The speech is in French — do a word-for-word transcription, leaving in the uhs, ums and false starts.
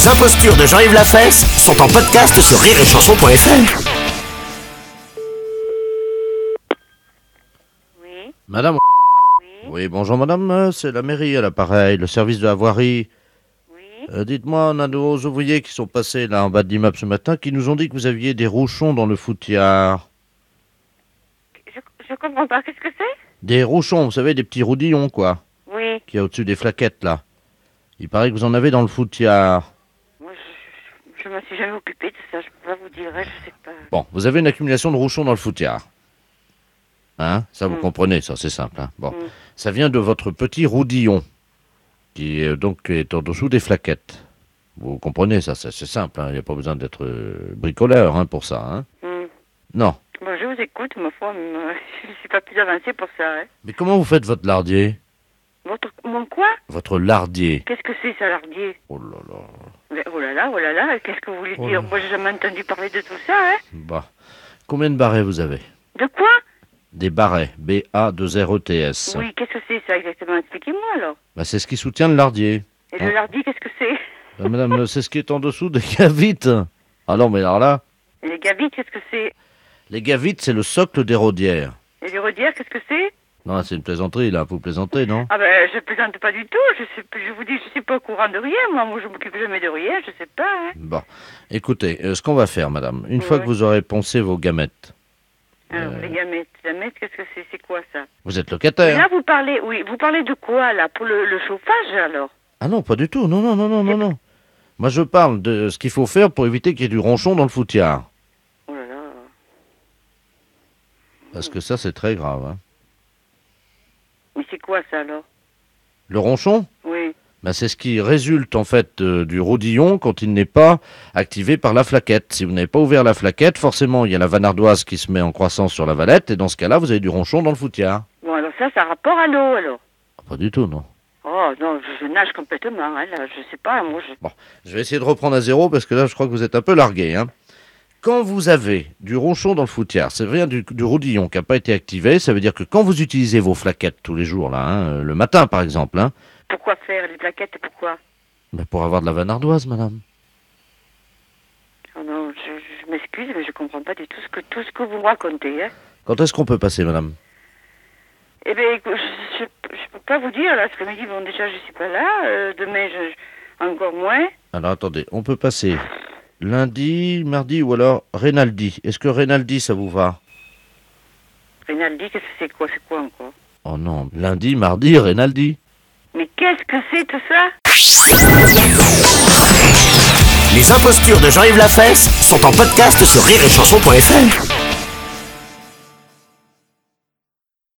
Les impostures de Jean-Yves Lafesse sont en podcast sur rire et chanson point f r. Oui. Madame. Oui. Oui, bonjour madame, c'est la mairie à l'appareil, le service de la voirie. Oui. Euh, dites-moi, on a nos ouvriers qui sont passés là en bas de l'immeuble ce matin qui nous ont dit que vous aviez des rouchons dans le foutiard. Je, je comprends pas. Qu'est-ce que c'est? Des rouchons, vous savez, des petits roudillons quoi, Oui. qu'il y a au-dessus des flaquettes là. Il paraît que vous en avez dans le foutiard. Moi, je, je, je me suis jamais occupée de ça. Je peux pas vous dire. Je sais pas. Bon, vous avez une accumulation de rouchons dans le foutiard. Hein? Ça vous Mm. comprenez, ça c'est simple. Hein? Bon, Mm. ça vient de votre petit roudillon, qui est donc est en dessous des flaquettes. Vous comprenez ça, c'est c'est simple, il n'y a pas besoin d'être euh, bricoleur hein, pour ça. Hein? Mm. Non. Bon, je vous écoute, ma foi. Mais, euh, je suis pas plus avancée pour ça. Hein. Mais comment vous faites votre lardier? Votre, mon quoi? Votre lardier. Qu'est-ce que c'est, ça, lardier? Oh là là. Mais, oh là là, oh là là. Qu'est-ce que vous voulez Oh dire? là. Moi, j'ai jamais entendu parler de tout ça. Hein. Bah. Combien de barrets vous avez? De quoi? Des barrets. B A deux R E T S. Oui. Qu'est-ce que c'est, ça, exactement? Expliquez-moi alors. Bah, c'est ce qui soutient le lardier. Et Ah. le lardi, qu'est-ce que c'est? Bah, madame, c'est ce qui est en dessous des gavites. Ah non, mais alors là, Et les gavites, qu'est-ce que c'est? les gavites, c'est le socle des rodières. Et les rodières, qu'est-ce que c'est? Non, c'est une plaisanterie, là. Vous plaisantez, non? Ah ben, je plaisante pas du tout. Je sais, je vous dis, je suis pas au courant de rien. Moi, moi je m'occupe jamais de rien. Je sais pas. Hein. Bon. Écoutez, euh, ce qu'on va faire, madame, une fois Ouais. que vous aurez poncé vos gamètes, Alors, Euh. les gamètes, gamètes, qu'est-ce que c'est? C'est quoi ça? vous êtes Mais locataire. là, vous parlez, oui, vous parlez de quoi là? Pour le, le chauffage alors? Ah non, pas du tout. Non, non, non, non, non, non. Moi, je parle de ce qu'il faut faire pour éviter qu'il y ait du ronchon dans le foutiard. Oh là là. Parce que ça, c'est très grave. Hein. Mais c'est quoi ça alors? Le ronchon, Oui. ben, c'est ce qui résulte en fait euh, du rodillon quand il n'est pas activé par la flaquette. Si vous n'avez pas ouvert la flaquette, forcément, il y a la vanardoise qui se met en croissance sur la valette, et dans ce cas-là, vous avez du ronchon dans le foutiard. Bon alors ça, ça a rapport à l'eau alors? Ah, pas du tout, non. Oh non, je, je nage complètement. Hein, là, je sais pas. Moi, je... Je vais essayer de reprendre à zéro parce que là, je crois que vous êtes un peu largué. Hein. Quand vous avez du ronchon dans le foutiard, ça vient du, du rodillon qui n'a pas été activé. Ça veut dire que quand vous utilisez vos flaquettes tous les jours, là, hein, le matin par exemple, hein, Pourquoi faire les plaquettes? Pourquoi? ben, pour avoir de la vanardoise, madame. Oh non, je, je- je m'excuse, mais je comprends pas du tout ce que tout ce que vous me racontez. Hein. Quand est-ce qu'on peut passer, madame? Eh bien, écoute, je, je, je peux pas vous dire, là, cet après-midi, bon, déjà, je suis pas là, euh, demain, je, je- encore moins. Alors attendez, on peut passer lundi, mardi ou alors Rinaldi. Est-ce que Rinaldi, ça vous va? Rinaldi, qu'est-ce que c'est quoi, c'est quoi encore? Oh non, lundi, mardi, Rinaldi. Mais qu'est-ce que c'est tout ça? Les impostures de Jean-Yves Lafesse sont en podcast sur rire et chanson point f r.